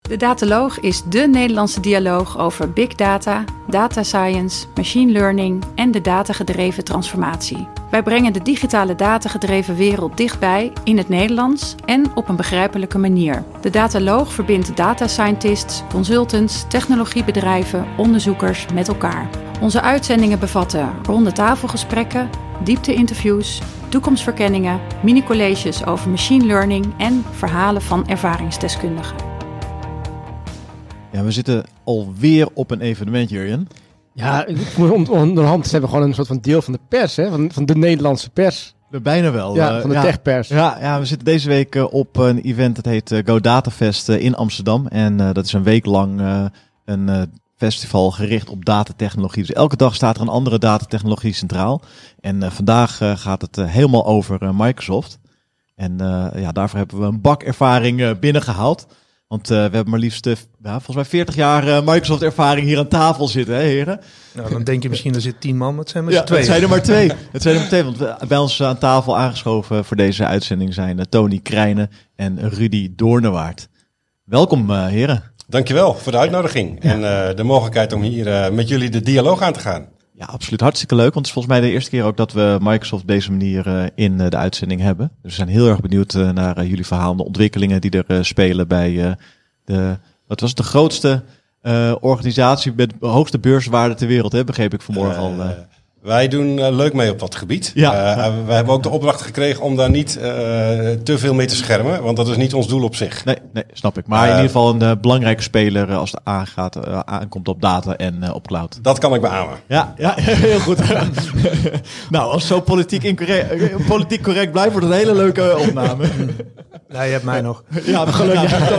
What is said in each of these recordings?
De Dataloog is dé Nederlandse dialoog over big data, data science, machine learning en de datagedreven transformatie. Wij brengen de digitale datagedreven wereld dichtbij in het Nederlands en op een begrijpelijke manier. De Dataloog verbindt data scientists, consultants, technologiebedrijven, onderzoekers met elkaar. Onze uitzendingen bevatten ronde tafelgesprekken, diepte-interviews, toekomstverkenningen, mini-colleges over machine learning en verhalen van ervaringsdeskundigen. Ja, we zitten alweer op een evenement, Jurjen. Ja, onderhand zijn we gewoon een soort van deel van de pers, hè? Van de Nederlandse pers. Bijna wel. Ja, van de techpers. Ja, we zitten deze week op een event, dat heet Go Data Fest in Amsterdam. En dat is een week lang een festival gericht op datatechnologie. Dus elke dag staat er een andere datatechnologie centraal. En vandaag gaat het helemaal over Microsoft. En daarvoor hebben we een bak ervaring binnengehaald. Want we hebben maar liefst volgens mij 40 jaar Microsoft ervaring hier aan tafel zitten, hè heren? Nou, dan denk je misschien er zit 10 man, maar het zijn maar z'n twee. Het zijn er maar twee. Want bij ons aan tafel aangeschoven voor deze uitzending zijn Tony Krijnen en Rudy Doornewaard. Welkom heren. Dankjewel voor de uitnodiging en de mogelijkheid om hier met jullie de dialoog aan te gaan. Ja, absoluut. Hartstikke leuk. Want het is volgens mij de eerste keer ook dat we Microsoft op deze manier in de uitzending hebben. Dus we zijn heel erg benieuwd naar jullie verhaal, de ontwikkelingen die er spelen bij de grootste organisatie met de hoogste beurswaarde ter wereld, hè? Begreep ik vanmorgen al. Wij doen leuk mee op dat gebied. Ja. We hebben ook de opdracht gekregen om daar niet te veel mee te schermen, want dat is niet ons doel op zich. Nee, snap ik. Maar in ieder geval een belangrijke speler als het aankomt op data en op cloud. Dat kan ik beamen. Ja, heel goed. Nou, als zo politiek correct blijft, wordt het een hele leuke opname. Nee, je hebt mij nog. Ja, gelukkig.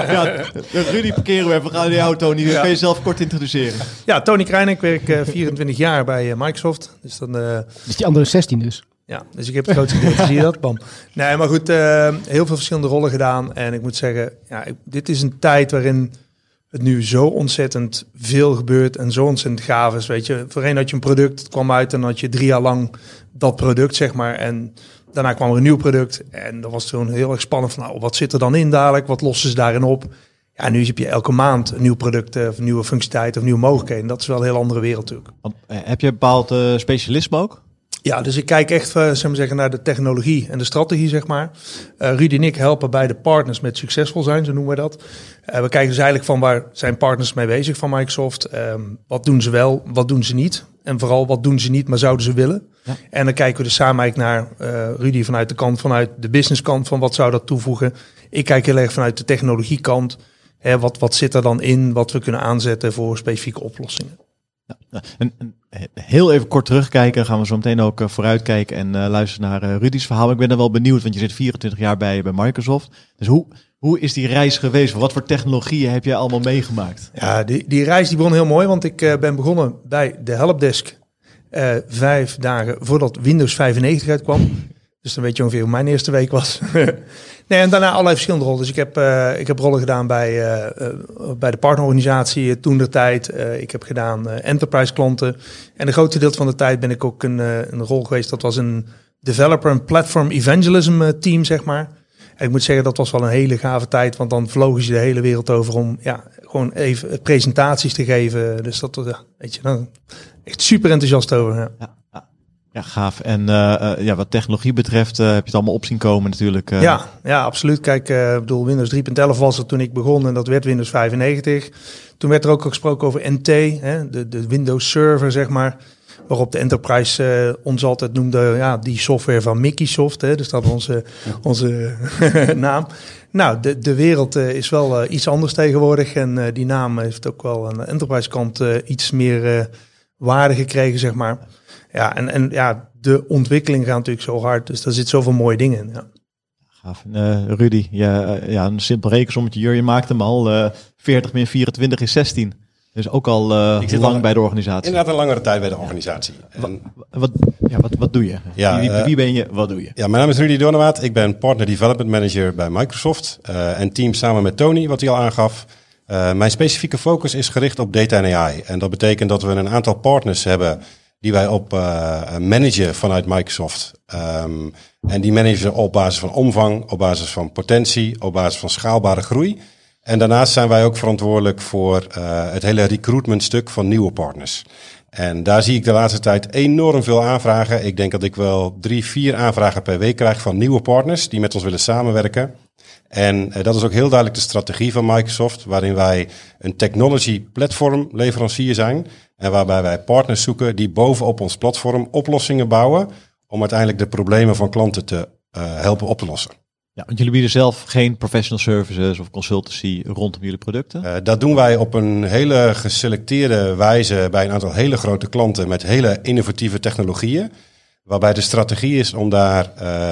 Rudy, parkeren we even. We gaan naar jou, Tony. Kun je jezelf kort introduceren? Ja, Tony Krijnen. Ik werk 24 jaar bij Microsoft. Dus dan... Dus die andere 16 dus? Ja, dus ik heb het grootste deel, zie je dat? Bam. Nee, maar goed, heel veel verschillende rollen gedaan. En ik moet zeggen, dit is een tijd waarin het nu zo ontzettend veel gebeurt en zo ontzettend gaaf is, weet je. Voorheen had je een product, het kwam uit en had je 3 jaar lang dat product, zeg maar. En daarna kwam er een nieuw product en dat was toen heel erg spannend van, wat zit er dan in dadelijk? Wat lossen ze daarin op? Ja, nu heb je elke maand een nieuw product of een nieuwe functionaliteit of nieuwe mogelijkheden. Dat is wel een heel andere wereld natuurlijk. Heb je een bepaald specialisme ook? Ja, dus ik kijk echt naar de technologie en de strategie, zeg maar. Rudy en ik helpen bij de partners met succesvol zijn, zo noemen we dat. We kijken dus eigenlijk van waar zijn partners mee bezig van Microsoft. Wat doen ze wel, wat doen ze niet? En vooral wat doen ze niet, maar zouden ze willen? Ja. En dan kijken we dus samen eigenlijk naar Rudy vanuit de businesskant van wat zou dat toevoegen. Ik kijk heel erg vanuit de technologiekant. Wat zit er dan in, wat we kunnen aanzetten voor specifieke oplossingen. Ja, en heel even kort terugkijken, dan gaan we zo meteen ook vooruitkijken en luisteren naar Rudy's verhaal. Ik ben er wel benieuwd, want je zit 24 jaar bij Microsoft. Dus hoe is die reis geweest? Wat voor technologieën heb jij allemaal meegemaakt? Ja, die reis die begon heel mooi, want ik ben begonnen bij de helpdesk 5 dagen voordat Windows 95 uitkwam. Dus dan weet je ongeveer hoe mijn eerste week was. Nee, en daarna allerlei verschillende rollen. Dus ik heb rollen gedaan bij de partnerorganisatie toentertijd. Ik heb gedaan enterprise klanten. En een groot deel van de tijd ben ik ook een rol geweest. Dat was een developer en platform evangelism team, zeg maar. En ik moet zeggen, dat was wel een hele gave tijd. Want dan vlogen ze de hele wereld over om gewoon even presentaties te geven. Dus dat was, weet je, nou, echt super enthousiast over. Ja. Ja, gaaf. En wat technologie betreft heb je het allemaal op zien komen natuurlijk. Ja, absoluut. Kijk, Windows 3.11 was er toen ik begon en dat werd Windows 95. Toen werd er ook gesproken over NT, de Windows Server, zeg maar. Waarop de Enterprise ons altijd noemde, die software van Microsoft. Dus dat was onze naam. Nou, de wereld is wel iets anders tegenwoordig. En die naam heeft ook wel aan de Enterprise kant iets meer waarde gekregen, zeg maar. Ja, en de ontwikkeling gaat natuurlijk zo hard. Dus daar zit zoveel mooie dingen in. Ja. Gaaf. Rudy, een simpel rekensommetje. Jurjen maakte hem al. 40 min 24 is 16. Dus ook al lang bij de organisatie. Inderdaad een langere tijd bij de organisatie. Wat doe je? Ja, wie ben je? Wat doe je? Ja, mijn naam is Rudy Doornewaard. Ik ben Partner Development Manager bij Microsoft. En team samen met Tony, wat hij al aangaf. Mijn specifieke focus is gericht op data en AI. En dat betekent dat we een aantal partners hebben die wij op managen vanuit Microsoft. En die managen op basis van omvang, op basis van potentie, op basis van schaalbare groei. En daarnaast zijn wij ook verantwoordelijk voor het hele recruitment stuk van nieuwe partners. En daar zie ik de laatste tijd enorm veel aanvragen. Ik denk dat ik wel 3-4 aanvragen per week krijg van nieuwe partners die met ons willen samenwerken. En dat is ook heel duidelijk de strategie van Microsoft, waarin wij een technology platform leverancier zijn. En waarbij wij partners zoeken die bovenop ons platform oplossingen bouwen om uiteindelijk de problemen van klanten te helpen op te lossen. Ja, want jullie bieden zelf geen professional services of consultancy rondom jullie producten? Dat doen wij op een hele geselecteerde wijze bij een aantal hele grote klanten met hele innovatieve technologieën. Waarbij de strategie is om daar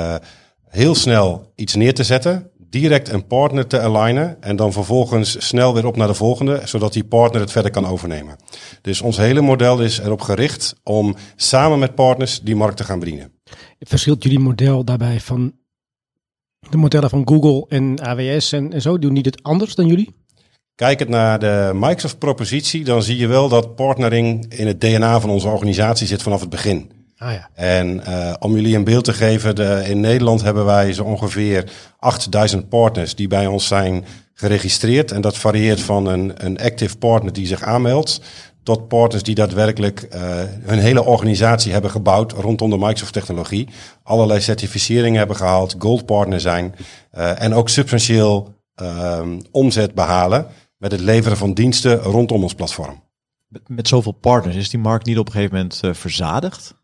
heel snel iets neer te zetten, direct een partner te alignen en dan vervolgens snel weer op naar de volgende, zodat die partner het verder kan overnemen. Dus ons hele model is erop gericht om samen met partners die markt te gaan bedienen. Verschilt jullie model daarbij van de modellen van Google en AWS en zo? Doen die dit anders dan jullie? Kijkend naar de Microsoft-propositie, dan zie je wel dat partnering in het DNA van onze organisatie zit vanaf het begin. Ah ja. En om jullie een beeld te geven, in Nederland hebben wij zo ongeveer 8000 partners die bij ons zijn geregistreerd. En dat varieert van een active partner die zich aanmeldt, tot partners die daadwerkelijk hun hele organisatie hebben gebouwd rondom de Microsoft-technologie. Allerlei certificeringen hebben gehaald, gold partner zijn en ook substantieel omzet behalen met het leveren van diensten rondom ons platform. Met zoveel partners, is die markt niet op een gegeven moment verzadigd?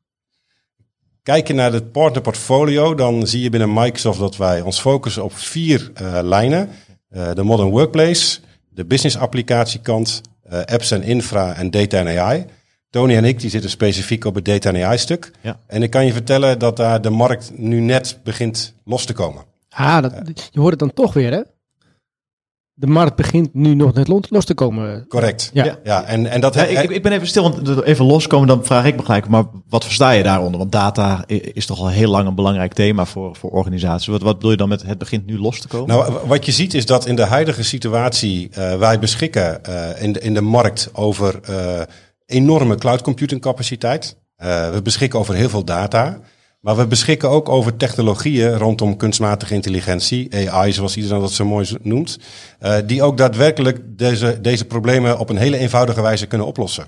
Kijk je naar het partnerportfolio, dan zie je binnen Microsoft dat wij ons focussen op 4 lijnen. De Modern Workplace, de business applicatiekant, apps en infra en data en AI. Tony en ik die zitten specifiek op het data en AI stuk. Ja. En ik kan je vertellen dat daar de markt nu net begint los te komen. Je hoort het dan toch weer, hè? De markt begint nu nog net los te komen. Correct. Ja. En dat ik ben even stil, want even loskomen, dan vraag ik me gelijk, maar wat versta je daaronder? Want data is toch al heel lang een belangrijk thema voor organisaties. Wat bedoel je dan met het begint nu los te komen? Nou, wat je ziet is dat in de huidige situatie wij beschikken in de markt over enorme cloud computing capaciteit. We beschikken over heel veel data. Maar we beschikken ook over technologieën rondom kunstmatige intelligentie, AI zoals iedereen dat zo mooi noemt, die ook daadwerkelijk deze problemen op een hele eenvoudige wijze kunnen oplossen.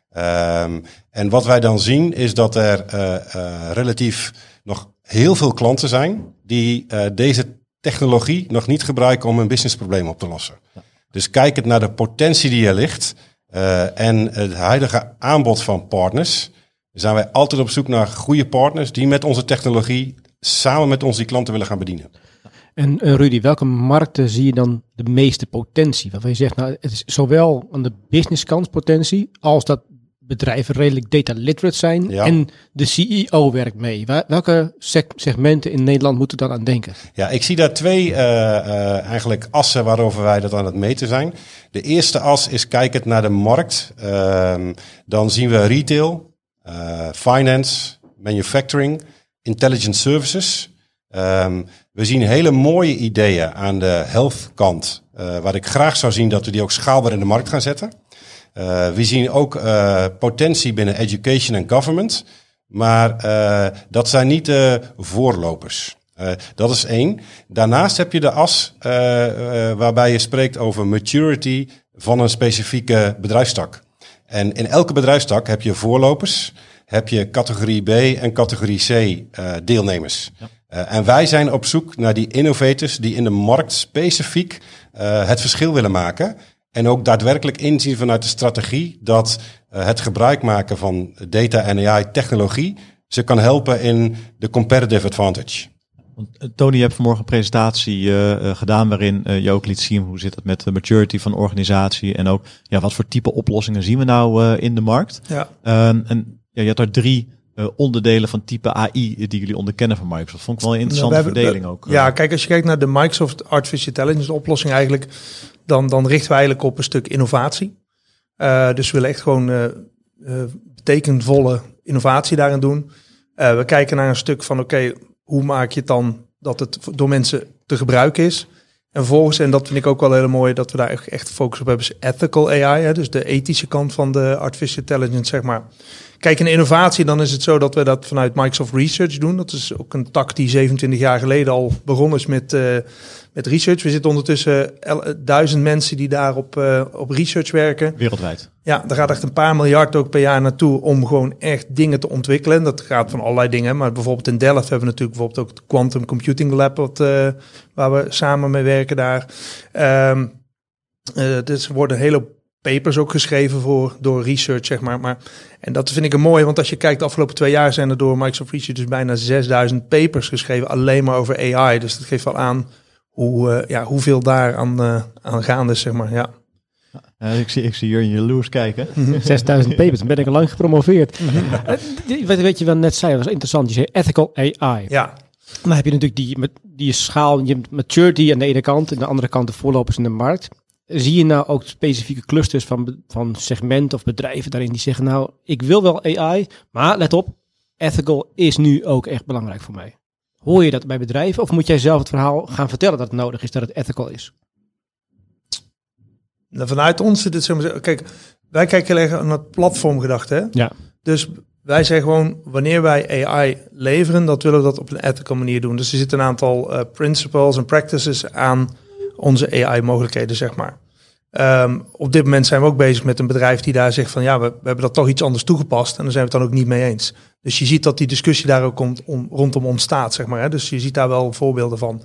En wat wij dan zien is dat er relatief nog heel veel klanten zijn die deze technologie nog niet gebruiken om hun businessproblemen op te lossen. Ja. Dus kijkend naar de potentie die er ligt en het huidige aanbod van partners, zijn wij altijd op zoek naar goede partners die met onze technologie samen met ons die klanten willen gaan bedienen. En Rudy, welke markten zie je dan de meeste potentie? Waarvan je zegt, nou, het is zowel aan de businesskant potentie, als dat bedrijven redelijk data literate zijn en de CEO werkt mee. Welke segmenten in Nederland moeten dan aan denken? Ja, ik zie daar 2 eigenlijk assen waarover wij dat aan het meten zijn. De eerste as is kijkend naar de markt. Dan zien we retail, finance, manufacturing, intelligent services. We zien hele mooie ideeën aan de health kant, waar ik graag zou zien dat we die ook schaalbaar in de markt gaan zetten. We zien ook potentie binnen education en government, maar dat zijn niet de voorlopers. Dat is 1. Daarnaast heb je de as waarbij je spreekt over maturity van een specifieke bedrijfstak. En in elke bedrijfstak heb je voorlopers, heb je categorie B en categorie C deelnemers. Ja. En wij zijn op zoek naar die innovators die in de markt specifiek het verschil willen maken. En ook daadwerkelijk inzien vanuit de strategie dat het gebruik maken van data en AI technologie ze kan helpen in de competitive advantage. Tony, je hebt vanmorgen een presentatie gedaan waarin je ook liet zien hoe zit het met de maturity van de organisatie en ook wat voor type oplossingen zien we nou in de markt. Ja. Je hebt daar 3 onderdelen van type AI die jullie onderkennen van Microsoft. Vond ik wel een interessante verdeling ook. Ja, kijk, als je kijkt naar de Microsoft Artificial Intelligence oplossing eigenlijk, dan richten we eigenlijk op een stuk innovatie. Dus we willen echt gewoon betekenvolle innovatie daarin doen. We kijken naar een stuk van hoe maak je het dan dat het door mensen te gebruiken is? En volgens, en dat vind ik ook wel heel mooi, dat we daar echt focus op hebben, is ethical AI. Hè? Dus de ethische kant van de artificial intelligence, zeg maar. Kijk, in innovatie, dan is het zo dat we dat vanuit Microsoft Research doen. Dat is ook een tak die 27 jaar geleden al begonnen is met research. We zitten ondertussen 1000 mensen die daar op research werken. Wereldwijd. Ja, daar gaat echt een paar miljard ook per jaar naartoe om gewoon echt dingen te ontwikkelen. Dat gaat van allerlei dingen. Maar bijvoorbeeld in Delft hebben we natuurlijk bijvoorbeeld ook het Quantum Computing Lab, waar we samen mee werken daar. Dus er worden hele papers ook geschreven door research, zeg maar. En dat vind ik een mooi, want als je kijkt, de afgelopen 2 jaar zijn er door Microsoft Research dus bijna 6000 papers geschreven, alleen maar over AI. Dus dat geeft wel aan hoeveel daar aan gaande is, zeg maar, ja. Ik zie Jurjen jaloers kijken. 6000 papers, dan ben ik al lang gepromoveerd. Weet je wat net zei, dat was interessant. Je zei ethical AI. Ja. Dan heb je natuurlijk die schaal, je hebt maturity aan de ene kant, en aan de andere kant de voorlopers in de markt. Zie je nou ook specifieke clusters van segmenten of bedrijven daarin die zeggen, nou, ik wil wel AI, maar let op, ethical is nu ook echt belangrijk voor mij. Hoor je dat bij bedrijven of moet jij zelf het verhaal gaan vertellen dat het nodig is dat het ethical is? Nou, vanuit ons zit het zo maar. Kijk, wij kijken heel erg naar het platformgedachte. Hè? Ja. Dus wij zeggen gewoon, wanneer wij AI leveren, dat willen we dat op een ethical manier doen. Dus er zitten een aantal principles en practices aan onze AI-mogelijkheden, zeg maar. Op dit moment zijn we ook bezig met een bedrijf die daar zegt van, ja, we hebben dat toch iets anders toegepast en daar zijn we het dan ook niet mee eens. Dus je ziet dat die discussie daar ook rondom ontstaat, zeg maar. Hè? Dus je ziet daar wel voorbeelden van.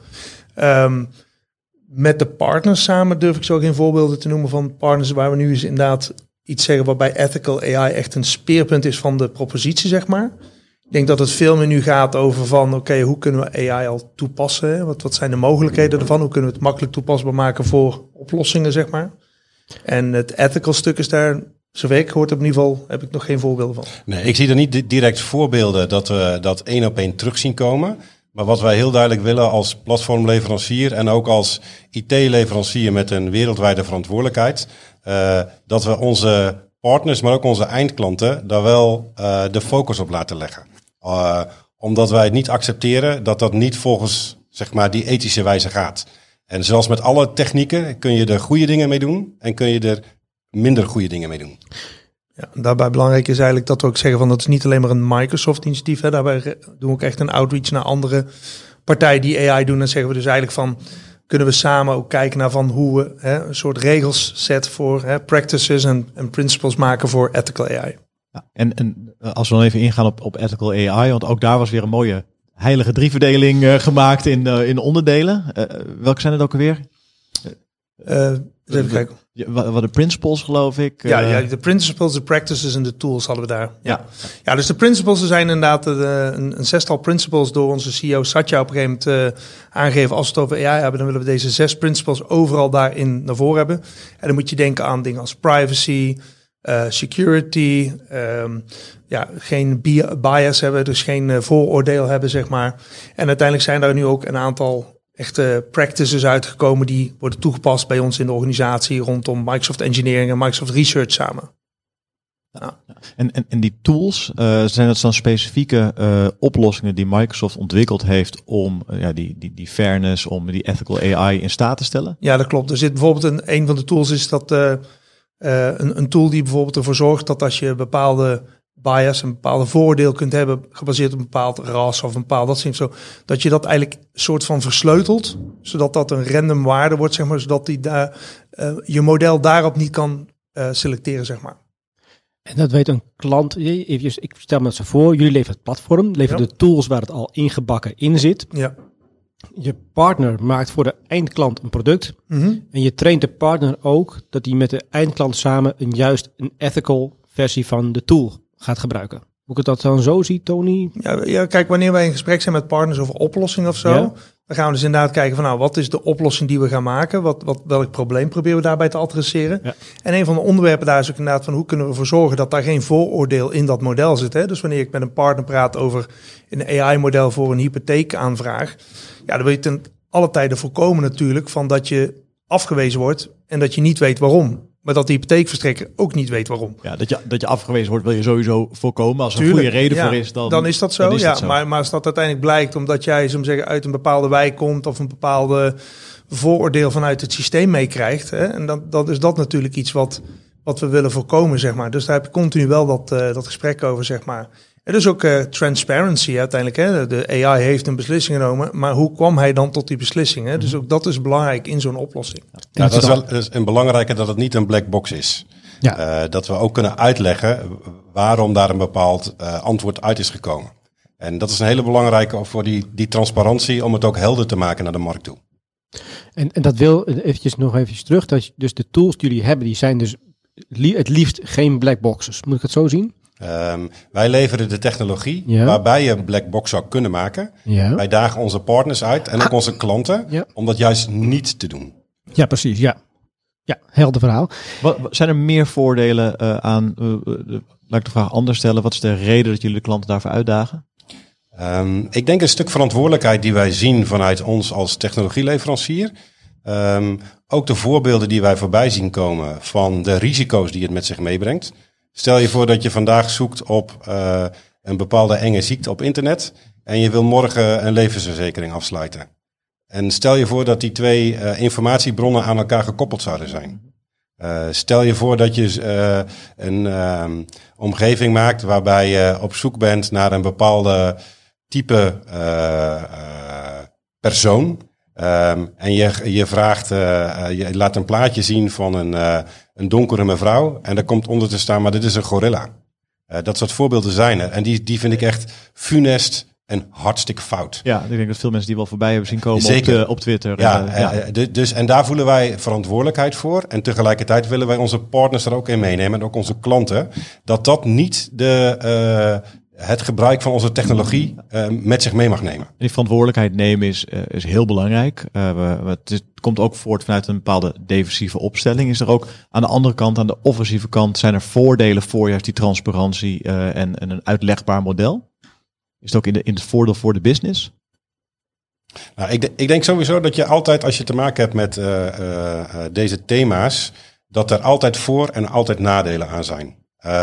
Met de partners samen durf ik zo geen voorbeelden te noemen van partners waar we nu eens inderdaad iets zeggen waarbij ethical AI echt een speerpunt is van de propositie, zeg maar. Ik denk dat het veel meer nu gaat over van, oké, hoe kunnen we AI al toepassen? Hè? Wat zijn de mogelijkheden ervan? Hoe kunnen we het makkelijk toepasbaar maken voor oplossingen, zeg maar? En het ethical stuk is daar, zover ik gehoord heb in ieder geval, heb ik nog geen voorbeelden van. Nee, ik zie er niet direct voorbeelden dat we dat 1 op 1 terug zien komen. Maar wat wij heel duidelijk willen als platformleverancier en ook als IT-leverancier met een wereldwijde verantwoordelijkheid, dat we onze partners, maar ook onze eindklanten, daar wel de focus op laten leggen. Omdat wij het niet accepteren dat dat niet volgens, zeg maar, die ethische wijze gaat. En zoals met alle technieken kun je er goede dingen mee doen en kun je er minder goede dingen mee doen. Ja, daarbij belangrijk is eigenlijk dat we ook zeggen van dat is niet alleen maar een Microsoft-initiatief. Hè. Daarbij doen we ook echt een outreach naar andere partijen die AI doen. En zeggen we dus eigenlijk van, kunnen we samen ook kijken naar van hoe we een soort regels set voor practices en principles maken voor ethical AI. Ja, en als we dan even ingaan op ethical AI, want ook daar was weer een mooie heilige drieverdeling gemaakt in onderdelen. Welke zijn het ook alweer? Even kijken. Wat de principles, geloof ik. Ja, de principles, de practices en de tools hadden we daar. Ja, dus de principles, er zijn inderdaad een 6-tal principles door onze CEO Satya op een gegeven moment aangegeven. Als we het over AI hebben, dan willen we deze 6 principles overal daarin naar voren hebben. En dan moet je denken aan dingen als privacy, security, geen bias hebben, dus geen vooroordeel hebben, zeg maar. En uiteindelijk zijn daar nu ook een aantal echte practices uitgekomen die worden toegepast bij ons in de organisatie rondom Microsoft Engineering en Microsoft Research samen. Ja. En die tools, zijn dat dan specifieke oplossingen die Microsoft ontwikkeld heeft om die fairness, om die ethical AI in staat te stellen? Ja, dat klopt. Er zit bijvoorbeeld een van de tools is dat een tool die bijvoorbeeld ervoor zorgt dat als je bepaalde bias, een bepaalde vooroordeel kunt hebben gebaseerd op een bepaald ras of een bepaald dat soort zo, dat je dat eigenlijk soort van versleutelt, zodat dat een random waarde wordt, zeg maar, zodat die je model daarop niet kan selecteren, zeg maar. En dat weet een klant, ik stel me dat zo voor, jullie leveren het platform, leveren de tools waar het al ingebakken in zit. Ja. Je partner maakt voor de eindklant een product. En je traint de partner ook dat hij met de eindklant samen een ethical versie van de tool gaat gebruiken. Hoe ik het dat dan zo zie, Tony? Ja, kijk, wanneer wij in gesprek zijn met partners over oplossingen of zo, dan gaan we dus inderdaad kijken van, nou, wat is de oplossing die we gaan maken? Welk probleem proberen we daarbij te adresseren? Ja. En een van de onderwerpen daar is ook inderdaad van, hoe kunnen we ervoor zorgen dat daar geen vooroordeel in dat model zit? Hè? Dus wanneer ik met een partner praat over een AI-model voor een hypotheekaanvraag, dan wil je ten alle tijden voorkomen natuurlijk van dat je afgewezen wordt en dat je niet weet waarom. Maar dat de hypotheekverstrekker ook niet weet waarom. Ja, dat je afgewezen wordt wil je sowieso voorkomen. Als er een goede reden voor is, dan is dat zo. Maar als dat uiteindelijk blijkt omdat jij, zo zeggen, uit een bepaalde wijk komt of een bepaalde vooroordeel vanuit het systeem meekrijgt. En dat is natuurlijk iets wat we willen voorkomen, zeg maar. Dus daar heb je continu wel dat gesprek over, zeg maar. En dus ook transparency uiteindelijk. Hè? De AI heeft een beslissing genomen, maar hoe kwam hij dan tot die beslissing? Hè? Dus ook dat is belangrijk in zo'n oplossing. Ja, dat is wel een belangrijke dat het niet een black box is. Ja. Dat we ook kunnen uitleggen waarom daar een bepaald antwoord uit is gekomen. En dat is een hele belangrijke voor die transparantie om het ook helder te maken naar de markt toe. En dat wil nog eventjes terug. Dat dus de tools die jullie hebben, die zijn dus het liefst geen black boxes. Moet ik het zo zien? Wij leveren de technologie waarbij je een black box zou kunnen maken. Ja. Wij dagen onze partners uit en ook onze klanten om dat juist niet te doen. Ja, precies. Ja, helder verhaal. Zijn er meer voordelen aan? Laat ik de vraag anders stellen. Wat is de reden dat jullie de klanten daarvoor uitdagen? Ik denk een stuk verantwoordelijkheid die wij zien vanuit ons als technologieleverancier. Ook de voorbeelden die wij voorbij zien komen van de risico's die het met zich meebrengt. Stel je voor dat je vandaag zoekt op een bepaalde enge ziekte op internet en je wil morgen een levensverzekering afsluiten. En stel je voor dat die twee informatiebronnen aan elkaar gekoppeld zouden zijn. Stel je voor dat je een omgeving maakt waarbij je op zoek bent naar een bepaalde type persoon. En je vraagt, je laat een plaatje zien van een donkere mevrouw. En daar komt onder te staan, maar dit is een gorilla. Dat soort voorbeelden zijn er. En die vind ik echt funest en hartstikke fout. Ja, ik denk dat veel mensen die wel voorbij hebben zien komen op Twitter. Dus en daar voelen wij verantwoordelijkheid voor. En tegelijkertijd willen wij onze partners er ook in meenemen. En ook onze klanten. Dat niet het gebruik van onze technologie met zich mee mag nemen. En die verantwoordelijkheid nemen is heel belangrijk. Het komt ook voort vanuit een bepaalde defensieve opstelling. Is er ook aan de andere kant, aan de offensieve kant, zijn er voordelen voor juist die transparantie en een uitlegbaar model? Is het ook in het voordeel voor de business? Nou, ik denk sowieso dat je altijd, als je te maken hebt met deze thema's, dat er altijd voor- en altijd nadelen aan zijn.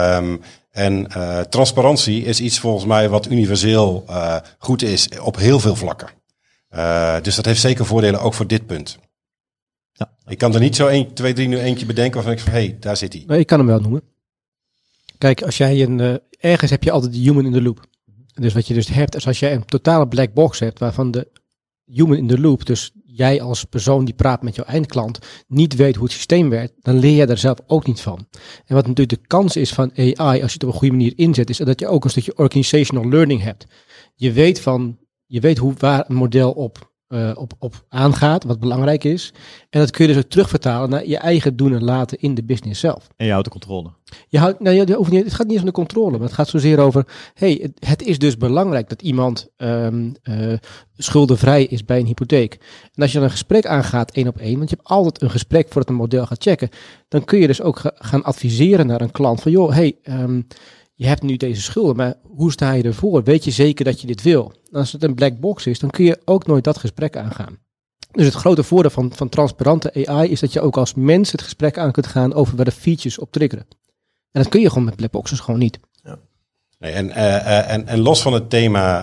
En transparantie is iets volgens mij wat universeel goed is op heel veel vlakken. Dus dat heeft zeker voordelen ook voor dit punt. Ja. Ik kan er niet zo 1, 2, 3 nu eentje bedenken waarvan ik van, daar zit hij. Nee, ik kan hem wel noemen. Kijk, als jij ergens heb je altijd de human in the loop. Dus wat je dus hebt, is als jij een totale black box hebt, waarvan de human in the loop, dus jij als persoon die praat met jouw eindklant, niet weet hoe het systeem werkt, dan leer je daar zelf ook niet van. En wat natuurlijk de kans is van AI, als je het op een goede manier inzet, is dat je ook een stukje organizational learning hebt. Je weet waar een model op aangaat, wat belangrijk is. En dat kun je dus ook terugvertalen naar je eigen doen en laten in de business zelf. En je houdt de controle. Het gaat niet eens om de controle, maar het gaat zozeer over, het is dus belangrijk dat iemand schuldenvrij is bij een hypotheek. En als je dan een gesprek aangaat 1 op 1, want je hebt altijd een gesprek voordat een model gaat checken, dan kun je dus ook gaan adviseren naar een klant van, je hebt nu deze schulden, maar hoe sta je ervoor? Weet je zeker dat je dit wil? Als het een black box is, dan kun je ook nooit dat gesprek aangaan. Dus het grote voordeel van transparante AI is dat je ook als mens het gesprek aan kunt gaan over waar de features op triggeren. En dat kun je gewoon met black boxes gewoon niet. Ja. Nee, en los van het thema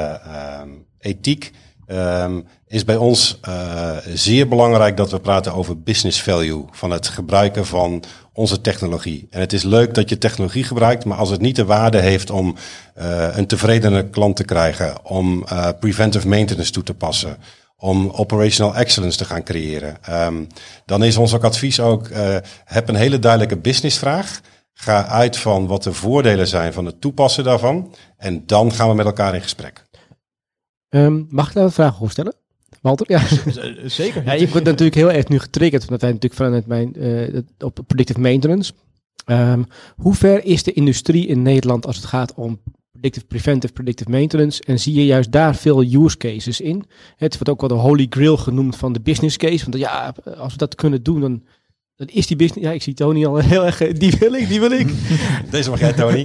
ethiek is bij ons zeer belangrijk dat we praten over business value van het gebruiken van onze technologie. En het is leuk dat je technologie gebruikt, maar als het niet de waarde heeft om een tevredene klant te krijgen, om preventive maintenance toe te passen, om operational excellence te gaan creëren, dan is ons ook advies ook, heb een hele duidelijke businessvraag. Ga uit van wat de voordelen zijn van het toepassen daarvan en dan gaan we met elkaar in gesprek. Mag ik daar een vraag over stellen? Walter? Ja, zeker. Ja, ik word natuurlijk heel erg nu getriggerd, omdat wij natuurlijk vanuit mijn op predictive maintenance. Hoe ver is de industrie in Nederland als het gaat om predictive maintenance? En zie je juist daar veel use cases in? Het wordt ook wel de holy grail genoemd van de business case. Want als we dat kunnen doen, dan is die business... Ja, ik zie Tony al heel erg... Die wil ik. Deze mag jij, Tony.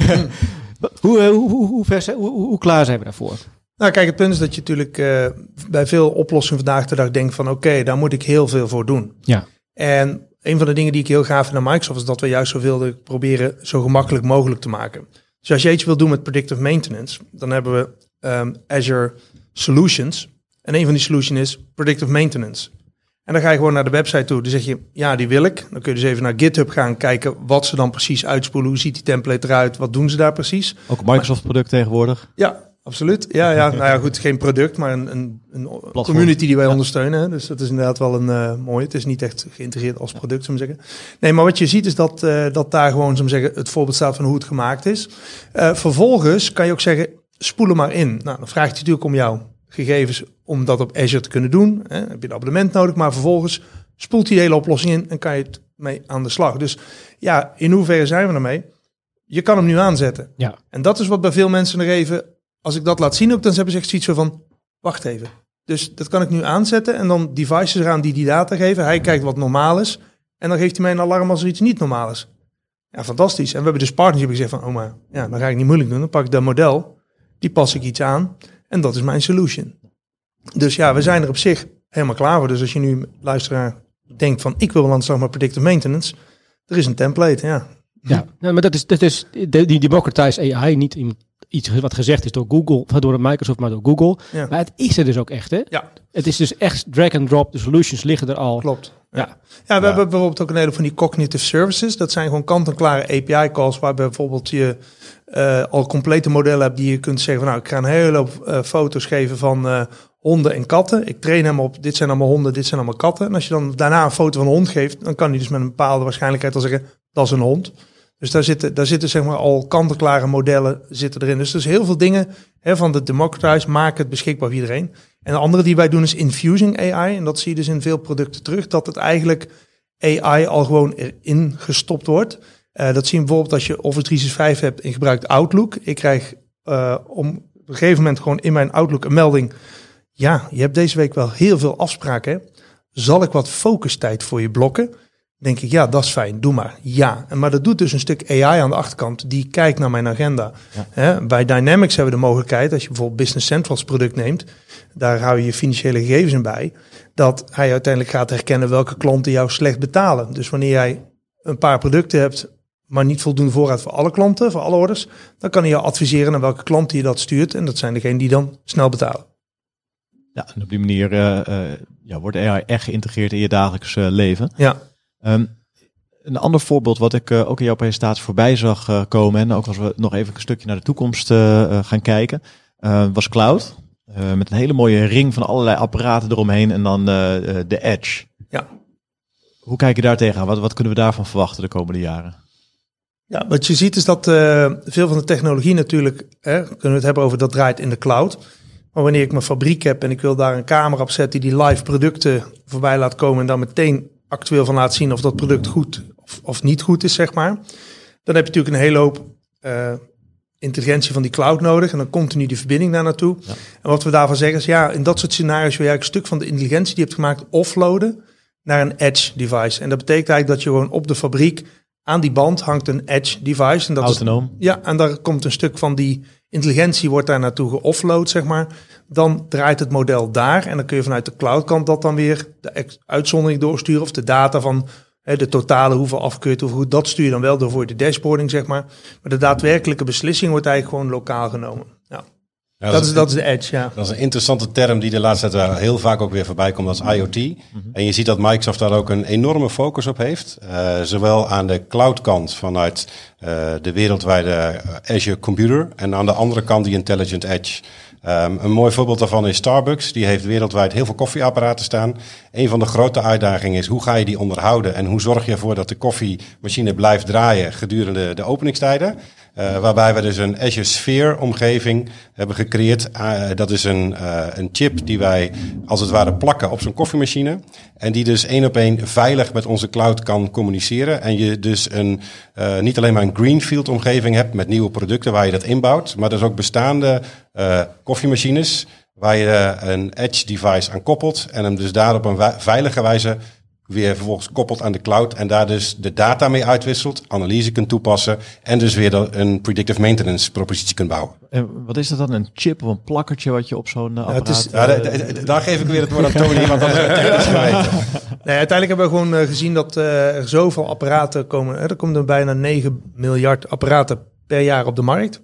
Hoe klaar zijn we daarvoor? Nou kijk, het punt is dat je natuurlijk bij veel oplossingen vandaag de dag denkt van oké, daar moet ik heel veel voor doen. Ja. En een van de dingen die ik heel gaaf vind aan Microsoft is dat we juist zoveel proberen zo gemakkelijk mogelijk te maken. Dus als je iets wil doen met predictive maintenance, dan hebben we Azure Solutions. En een van die solutions is predictive maintenance. En dan ga je gewoon naar de website toe. Dan zeg je, ja, die wil ik. Dan kun je dus even naar GitHub gaan kijken wat ze dan precies uitspoelen. Hoe ziet die template eruit? Wat doen ze daar precies? Ook een Microsoft-product tegenwoordig? Ja, absoluut. Ja, nou ja, goed, geen product, maar een community die wij ondersteunen. Hè. Dus dat is inderdaad wel een mooie. Het is niet echt geïntegreerd als product, zou ik zeggen. Nee, maar wat je ziet is dat daar gewoon, zou ik zeggen, het voorbeeld staat van hoe het gemaakt is. Vervolgens kan je ook zeggen, spoel er maar in. Nou, dan vraagt hij natuurlijk om jouw gegevens om dat op Azure te kunnen doen. Hè. Heb je een abonnement nodig, maar vervolgens spoelt hij de hele oplossing in en kan je het mee aan de slag. Dus ja, in hoeverre zijn we ermee? Je kan hem nu aanzetten. Ja. En dat is wat bij veel mensen nog even, als ik dat laat zien ook, dan hebben ze echt zoiets van, wacht even. Dus dat kan ik nu aanzetten en dan devices eraan die data geven. Hij kijkt wat normaal is en dan geeft hij mij een alarm als er iets niet normaal is. Ja, fantastisch. En we hebben dus partners die hebben gezegd van, maar ja, dan ga ik niet moeilijk doen. Dan pak ik dat model, die pas ik iets aan en dat is mijn solution. Dus ja, we zijn er op zich helemaal klaar voor. Dus als je nu, luisteraar, denkt van, ik wil wel aan de slag met predictive maintenance, er is een template, ja. Ja, maar dat is die democratized AI, niet iets wat gezegd is door Google, door Microsoft, maar door Google. Ja. Maar het is er dus ook echt, hè? Ja. Het is dus echt drag and drop, de solutions liggen er al. Klopt. Ja, we hebben bijvoorbeeld ook een hele van die cognitive services. Dat zijn gewoon kant-en-klare API calls, waarbij bijvoorbeeld je al complete modellen hebt die je kunt zeggen van, nou, ik ga een hele hoop foto's geven van honden en katten. Ik train hem op, dit zijn allemaal honden, dit zijn allemaal katten. En als je dan daarna een foto van een hond geeft, dan kan hij dus met een bepaalde waarschijnlijkheid al zeggen, dat is een hond. Dus daar zitten zeg maar al kant-en-klare modellen zitten erin. Dus er is heel veel dingen van de democratize, maken het beschikbaar voor iedereen. En de andere die wij doen is infusing AI. En dat zie je dus in veel producten terug, dat het eigenlijk AI al gewoon erin gestopt wordt. Dat zie je bijvoorbeeld als je Office 365 hebt en gebruikt Outlook. Ik krijg op een gegeven moment gewoon in mijn Outlook een melding. Ja, je hebt deze week wel heel veel afspraken. Hè? Zal ik wat focustijd voor je blokken? Denk ik, ja, dat is fijn, doe maar. Ja, maar dat doet dus een stuk AI aan de achterkant. Die kijkt naar mijn agenda. Ja. Bij Dynamics hebben we de mogelijkheid, als je bijvoorbeeld Business Central als product neemt, daar hou je je financiële gegevens in bij, dat hij uiteindelijk gaat herkennen welke klanten jou slecht betalen. Dus wanneer jij een paar producten hebt, maar niet voldoende voorraad voor alle klanten, voor alle orders, dan kan hij jou adviseren naar welke klanten je dat stuurt. En dat zijn degenen die dan snel betalen. Ja, en op die manier wordt AI echt geïntegreerd in je dagelijks leven. Ja. Een ander voorbeeld wat ik ook in jouw presentatie voorbij zag komen, en ook als we nog even een stukje naar de toekomst gaan kijken, was cloud. Met een hele mooie ring van allerlei apparaten eromheen en dan de edge. Ja. Hoe kijk je daar tegenaan? Wat kunnen we daarvan verwachten de komende jaren? Ja, wat je ziet is dat veel van de technologie natuurlijk, kunnen we het hebben over, dat draait in de cloud. Maar wanneer ik mijn fabriek heb en ik wil daar een camera op zetten die live producten voorbij laat komen en dan meteen actueel van laat zien of dat product goed of niet goed is, zeg maar. Dan heb je natuurlijk een hele hoop intelligentie van die cloud nodig en dan continu die verbinding daar naartoe. Ja. En wat we daarvan zeggen is, ja, in dat soort scenario's wil je eigenlijk een stuk van de intelligentie die je hebt gemaakt offloaden naar een edge device. En dat betekent eigenlijk dat je gewoon op de fabriek aan die band hangt een edge device. En dat autonoom. En daar komt een stuk van die intelligentie wordt daar naartoe geoffload, zeg maar. Dan draait het model daar en dan kun je vanuit de cloudkant dat dan weer de uitzondering doorsturen of de data van de totale hoeveel afkeurt, hoeveel goed, dat stuur je dan wel door voor de dashboarding, zeg maar. Maar de daadwerkelijke beslissing wordt eigenlijk gewoon lokaal genomen. Ja. Ja, dat is de edge, ja. Dat is een interessante term die de laatste tijd heel vaak ook weer voorbij komt, als IoT. Mm-hmm. En je ziet dat Microsoft daar ook een enorme focus op heeft. Zowel aan de cloudkant vanuit de wereldwijde Azure Computer en aan de andere kant die Intelligent Edge. Een mooi voorbeeld daarvan is Starbucks. Die heeft wereldwijd heel veel koffieapparaten staan. Een van de grote uitdagingen is hoe ga je die onderhouden en hoe zorg je ervoor dat de koffiemachine blijft draaien gedurende de openingstijden. Waarbij we dus een Azure Sphere omgeving hebben gecreëerd. Dat is een chip die wij als het ware plakken op zo'n koffiemachine. En die dus 1 op 1 veilig met onze cloud kan communiceren. En je dus niet alleen maar een greenfield omgeving hebt met nieuwe producten waar je dat inbouwt. Maar dus ook bestaande koffiemachines waar je een edge device aan koppelt. En hem dus daar op een veilige wijze weer vervolgens koppelt aan de cloud en daar dus de data mee uitwisselt, analyse kunt toepassen en dus weer een predictive maintenance propositie kunt bouwen. En wat is dat dan? Een chip of een plakkertje wat je op zo'n apparaat... Daar geef ik weer het woord aan Tony, want dat is technisch geweten. Nee, uiteindelijk hebben we gewoon gezien dat er zoveel apparaten komen. Er komen er bijna 9 miljard apparaten per jaar op de markt.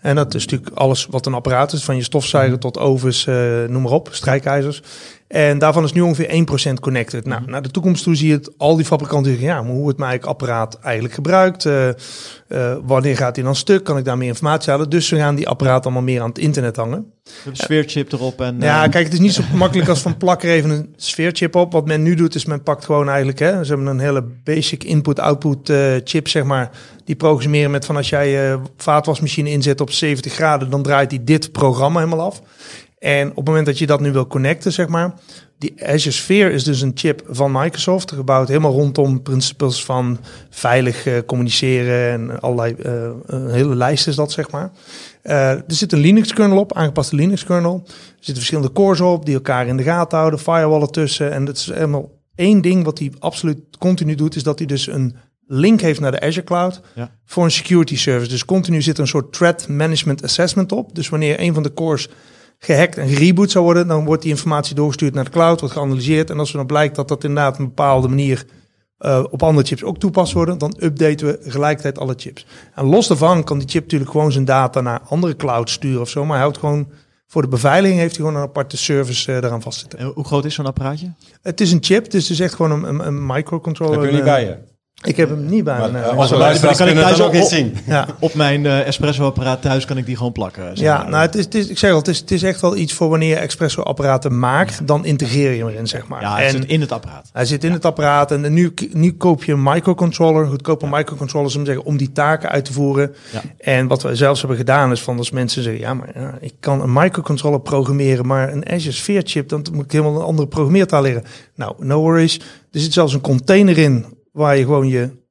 En dat is natuurlijk alles wat een apparaat is, van je stofzuiger tot ovens, noem maar op, strijkijzers. En daarvan is nu ongeveer 1% connected. Nou, naar de toekomst toe zie je het, al die fabrikanten zeggen, ja, maar hoe wordt mijn apparaat eigenlijk gebruikt? Wanneer gaat hij dan stuk? Kan ik daar meer informatie halen? Dus we gaan die apparaat allemaal meer aan het internet hangen. Een sfeerchip erop. En, ja, kijk, het is niet zo makkelijk als van plak er even een sfeerchip op. Wat men nu doet, is men pakt gewoon eigenlijk, ze hebben een hele basic input-output chip, zeg maar. Die programmeren met van als jij je vaatwasmachine inzet op 70 graden, dan draait hij dit programma helemaal af. En op het moment dat je dat nu wil connecten, zeg maar, die Azure Sphere is dus een chip van Microsoft, gebouwd helemaal rondom principes van veilig communiceren en allerlei, een hele lijst is dat, zeg maar. Er zit een Linux kernel op, aangepaste Linux kernel. Er zitten verschillende cores op die elkaar in de gaten houden, firewallen tussen. En dat is helemaal één ding wat hij absoluut continu doet, is dat hij dus een link heeft naar de Azure Cloud voor een security service. Dus continu zit een soort threat management assessment op. Dus wanneer een van de cores gehackt en gereboot zou worden, dan wordt die informatie doorgestuurd naar de cloud, wordt geanalyseerd. En als er dan blijkt dat dat inderdaad op een bepaalde manier op andere chips ook toepast worden, dan updaten we gelijkertijd alle chips. En los daarvan kan die chip natuurlijk gewoon zijn data naar andere clouds sturen of zo, maar hij houdt gewoon, voor de beveiliging heeft hij gewoon een aparte service eraan vastzitten. En hoe groot is zo'n apparaatje? Het is een chip, dus het is echt gewoon een microcontroller. Heb je niet bij je? Ik heb hem niet bij me. Onze luisteraars kunnen het ook niet zien. Ja. Op mijn espresso-apparaat thuis kan ik die gewoon plakken. Ja, nou, ik zeg al, het is echt wel iets voor wanneer je espresso-apparaten maakt, dan integreer je hem erin, zeg maar. Ja, hij zit in het apparaat. Hij zit in het apparaat en nu koop je een microcontroller, een goedkope microcontrollers om die taken uit te voeren. Ja. En wat we zelfs hebben gedaan is van als mensen zeggen, ja, maar ik kan een microcontroller programmeren, maar een Azure Sphere chip, dan moet ik helemaal een andere programmeertaal leren. Nou, no worries. Er zit zelfs een container in waar je gewoon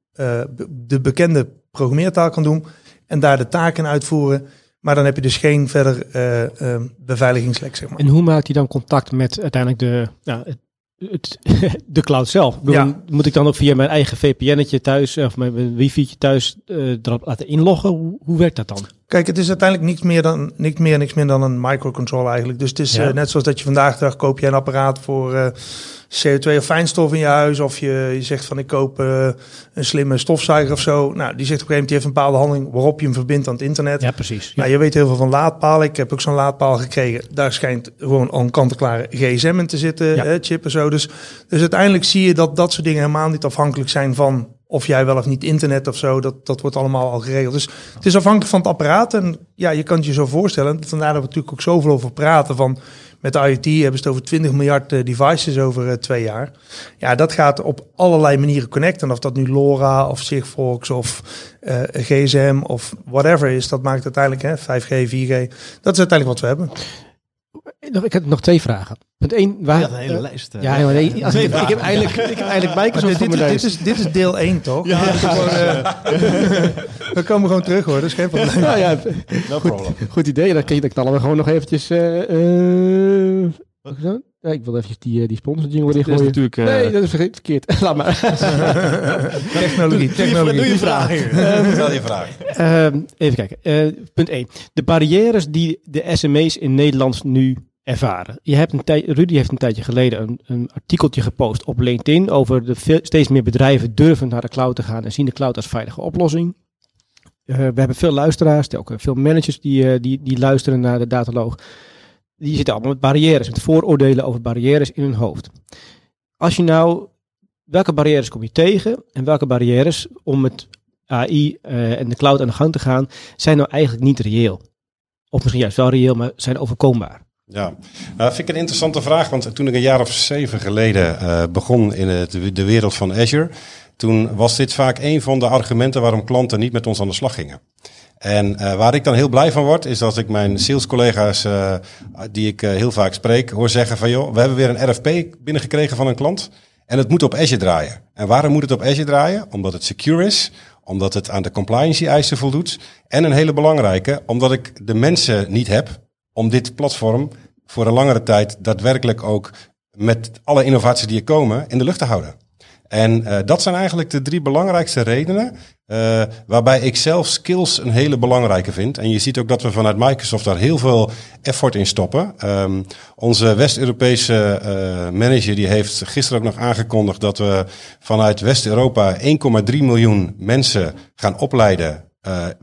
de bekende programmeertaal kan doen en daar de taken uitvoeren. Maar dan heb je dus geen verder beveiligingslek, zeg maar. En hoe maakt hij dan contact met uiteindelijk de cloud zelf? Moet ik dan ook via mijn eigen VPN'tje thuis of mijn wifi'tje thuis erop laten inloggen? Hoe werkt dat dan? Kijk, het is uiteindelijk niks meer dan een microcontroller eigenlijk. Dus het is net zoals dat je vandaag de dag koop je een apparaat voor CO2 of fijnstof in je huis. Of je zegt van ik koop een slimme stofzuiger of zo. Nou, die zegt op een gegeven moment, die heeft een bepaalde handeling waarop je hem verbindt aan het internet. Ja, precies. Ja. Nou, je weet heel veel van laadpalen. Ik heb ook zo'n laadpaal gekregen. Daar schijnt gewoon al een kant-en-klare gsm in te zitten, chip en zo. Dus uiteindelijk zie je dat soort dingen helemaal niet afhankelijk zijn van of jij wel of niet internet of zo. Dat wordt allemaal al geregeld. Dus het is afhankelijk van het apparaat. En ja, je kan het je zo voorstellen. Vandaar dat we natuurlijk ook zoveel over praten van met de IoT hebben ze het over 20 miljard devices over 2 jaar. Ja, dat gaat op allerlei manieren connecten. Of dat nu LoRa of Sigfox of GSM of whatever is. Dat maakt uiteindelijk 5G, 4G. Dat is uiteindelijk wat we hebben. Ik heb nog 2 vragen. Punt 1, waar... Ja, een hele lijst. Ik heb eigenlijk Microsoft voor mijn lijst. Dit is deel 1, toch? Ja. We komen gewoon terug, hoor. Dat is geen probleem. Ja, goed idee. Dan knallen we gewoon nog eventjes... Ja, ik wil eventjes die sponsor jingle erin gooien. Natuurlijk, nee, dat is verkeerd. Laat maar. Technologie. Doe je vraag. Stel je vraag. Even kijken. Punt 1. De barrières die de SME's in Nederland nu ervaren. Rudy heeft een tijdje geleden een artikeltje gepost op LinkedIn over steeds meer bedrijven durven naar de cloud te gaan en zien de cloud als veilige oplossing. We hebben veel luisteraars, ook veel managers die luisteren naar de Dataloog. Die zitten allemaal met barrières, met vooroordelen over barrières in hun hoofd. Als je nou, welke barrières kom je tegen en welke barrières om met AI en de cloud aan de gang te gaan, zijn nou eigenlijk niet reëel? Of misschien juist wel reëel, maar zijn overkombaar? Ja, dat vind ik een interessante vraag, want toen ik een jaar of 7 geleden begon in de wereld van Azure, toen was dit vaak een van de argumenten waarom klanten niet met ons aan de slag gingen. En waar ik dan heel blij van word, is dat ik mijn salescollega's, die ik heel vaak spreek, hoor zeggen van joh, we hebben weer een RFP binnengekregen van een klant en het moet op Azure draaien. En waarom moet het op Azure draaien? Omdat het secure is, omdat het aan de compliance-eisen voldoet en een hele belangrijke, omdat ik de mensen niet heb om dit platform voor een langere tijd daadwerkelijk ook met alle innovaties die er komen in de lucht te houden. En dat zijn eigenlijk de 3 belangrijkste redenen waarbij ik zelf skills een hele belangrijke vind. En je ziet ook dat we vanuit Microsoft daar heel veel effort in stoppen. Onze West-Europese manager die heeft gisteren ook nog aangekondigd dat we vanuit West-Europa 1,3 miljoen mensen gaan opleiden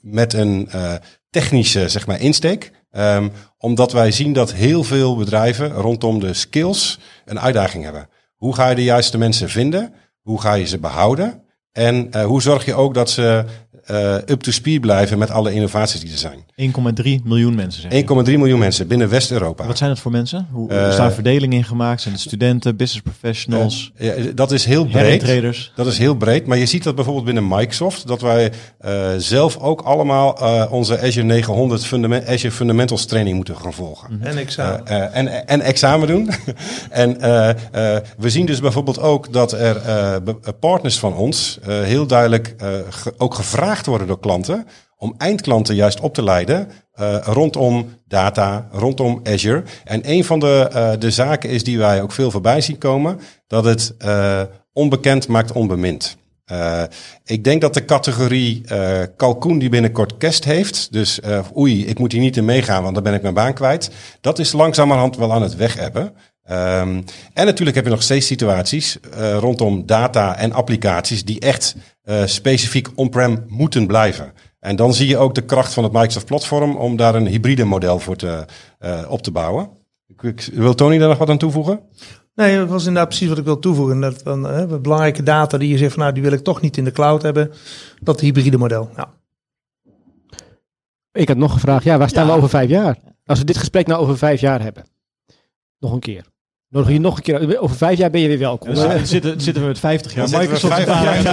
met een technische zeg maar, insteek. Omdat wij zien dat heel veel bedrijven rondom de skills een uitdaging hebben. Hoe ga je de juiste mensen vinden? Hoe ga je ze behouden? En hoe zorg je ook dat ze up to speed blijven met alle innovaties die er zijn? 1,3 miljoen mensen. 1,3 miljoen mensen binnen West-Europa. Wat zijn het voor mensen? Is daar verdeling in gemaakt? Zijn het studenten, business professionals? Dat is heel breed. Traders? Dat is heel breed. Maar je ziet dat bijvoorbeeld binnen Microsoft. Dat wij zelf ook allemaal onze Azure 900 Azure Fundamentals training moeten gaan volgen. En examen. En examen doen. En we zien dus bijvoorbeeld ook dat er partners van ons heel duidelijk ook gevraagd worden door klanten om eindklanten juist op te leiden rondom data, rondom Azure. En een van de zaken is die wij ook veel voorbij zien komen, dat het onbekend maakt onbemind. Ik denk dat de categorie kalkoen die binnenkort kerst heeft, dus oei, ik moet hier niet in meegaan, want dan ben ik mijn baan kwijt. Dat is langzamerhand wel aan het weg-ebben. En natuurlijk heb je nog steeds situaties rondom data en applicaties die echt specifiek on-prem moeten blijven. En dan zie je ook de kracht van het Microsoft platform om daar een hybride model voor op te bouwen. Wil Tony daar nog wat aan toevoegen? Nee, dat was inderdaad precies wat ik wil toevoegen. Dat van belangrijke data die je zegt van nou, die wil ik toch niet in de cloud hebben. Dat hybride model. Ja. Ik had nog gevraagd, waar staan we over 5 jaar? Als we dit gesprek nou over 5 jaar hebben. Nog een keer. Nodig je nog een keer. Over 5 jaar ben je weer welkom. Dus zitten we met 50 jaar. Microsoft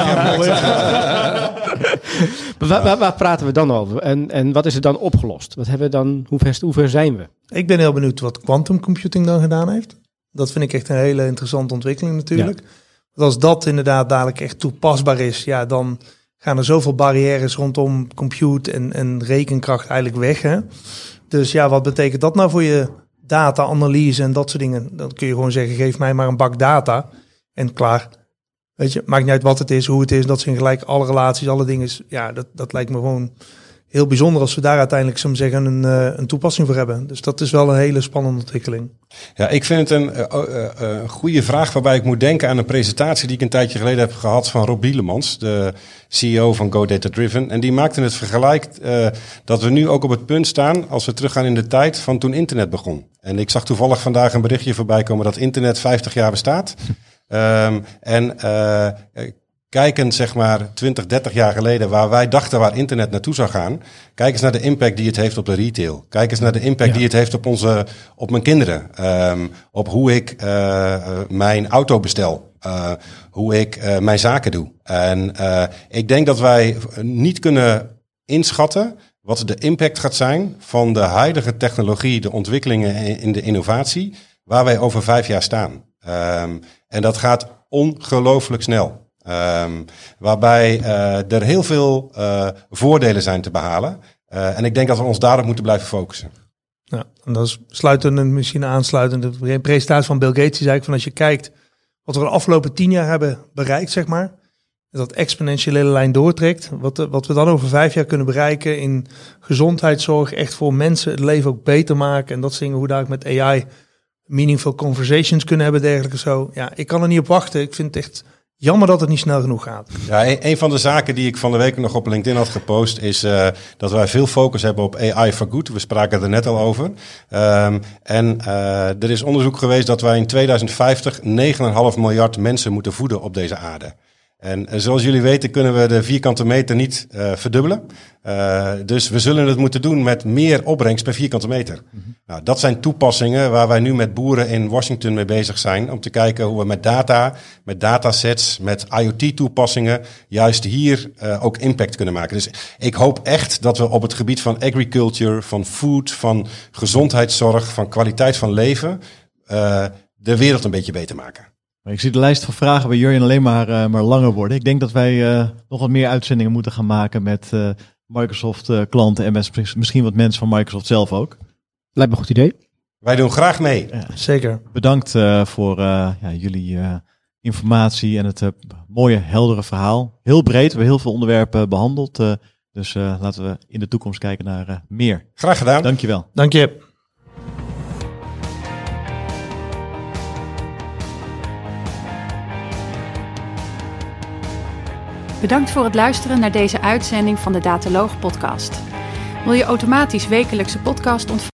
Waar praten we dan over? En wat is er dan opgelost? Wat hebben we dan? Hoe ver zijn we? Ik ben heel benieuwd wat quantum computing dan gedaan heeft. Dat vind ik echt een hele interessante ontwikkeling natuurlijk. Ja. Want als dat inderdaad dadelijk echt toepasbaar is, dan gaan er zoveel barrières rondom compute en rekenkracht eigenlijk weg. Hè? Dus wat betekent dat nou voor je data-analyse en dat soort dingen? Dan kun je gewoon zeggen, geef mij maar een bak data en klaar. Weet je, maakt niet uit wat het is, hoe het is, dat zijn gelijk alle relaties, alle dingen. Ja, dat lijkt me gewoon heel bijzonder als we daar uiteindelijk, zou ik zeggen, een toepassing voor hebben. Dus dat is wel een hele spannende ontwikkeling. Ja, ik vind het een goede vraag waarbij ik moet denken aan een presentatie die ik een tijdje geleden heb gehad van Rob Bielemans, de CEO van GoData Driven. En die maakte het vergelijk dat we nu ook op het punt staan, als we teruggaan in de tijd van toen internet begon. En ik zag toevallig vandaag een berichtje voorbij komen dat internet 50 jaar bestaat. Kijkend zeg maar 20, 30 jaar geleden waar wij dachten waar internet naartoe zou gaan. Kijk eens naar de impact die het heeft op de retail. Kijk eens naar de impact die het heeft op mijn kinderen. Op hoe ik mijn auto bestel. Hoe ik mijn zaken doe. En ik denk dat wij niet kunnen inschatten wat de impact gaat zijn van de huidige technologie, de ontwikkelingen in de innovatie, waar wij over 5 jaar staan. En dat gaat ongelooflijk snel. Waarbij er heel veel voordelen zijn te behalen. En ik denk dat we ons daarop moeten blijven focussen. Ja, en dat is misschien aansluitend. De presentatie van Bill Gates die zei ik van als je kijkt wat we de afgelopen 10 jaar hebben bereikt, zeg maar. Dat exponentiële lijn doortrekt. Wat we dan over 5 jaar kunnen bereiken in gezondheidszorg. Echt voor mensen het leven ook beter maken. En dat dingen hoe daar met AI meaningful conversations kunnen hebben, dergelijke zo. Ja, ik kan er niet op wachten. Ik vind het echt jammer dat het niet snel genoeg gaat. Ja, een van de zaken die ik van de week nog op LinkedIn had gepost is dat wij veel focus hebben op AI for good. We spraken er net al over. Er is onderzoek geweest dat wij in 2050 9,5 miljard mensen moeten voeden op deze aarde. En zoals jullie weten kunnen we de vierkante meter niet verdubbelen. Dus we zullen het moeten doen met meer opbrengst per vierkante meter. Mm-hmm. Nou, dat zijn toepassingen waar wij nu met boeren in Washington mee bezig zijn. Om te kijken hoe we met data, met datasets, met IoT-toepassingen juist hier ook impact kunnen maken. Dus ik hoop echt dat we op het gebied van agriculture, van food, van gezondheidszorg, van kwaliteit van leven de wereld een beetje beter maken. Ik zie de lijst van vragen bij Jurjen alleen maar langer worden. Ik denk dat wij nog wat meer uitzendingen moeten gaan maken met Microsoft klanten en misschien wat mensen van Microsoft zelf ook. Lijkt me een goed idee. Wij doen graag mee. Zeker. Bedankt voor jullie informatie en het mooie, heldere verhaal. Heel breed, we hebben heel veel onderwerpen behandeld. Dus laten we in de toekomst kijken naar meer. Graag gedaan. Dankjewel. Dank je. Bedankt voor het luisteren naar deze uitzending van de Dataloog podcast. Wil je automatisch wekelijkse podcast ontvangen?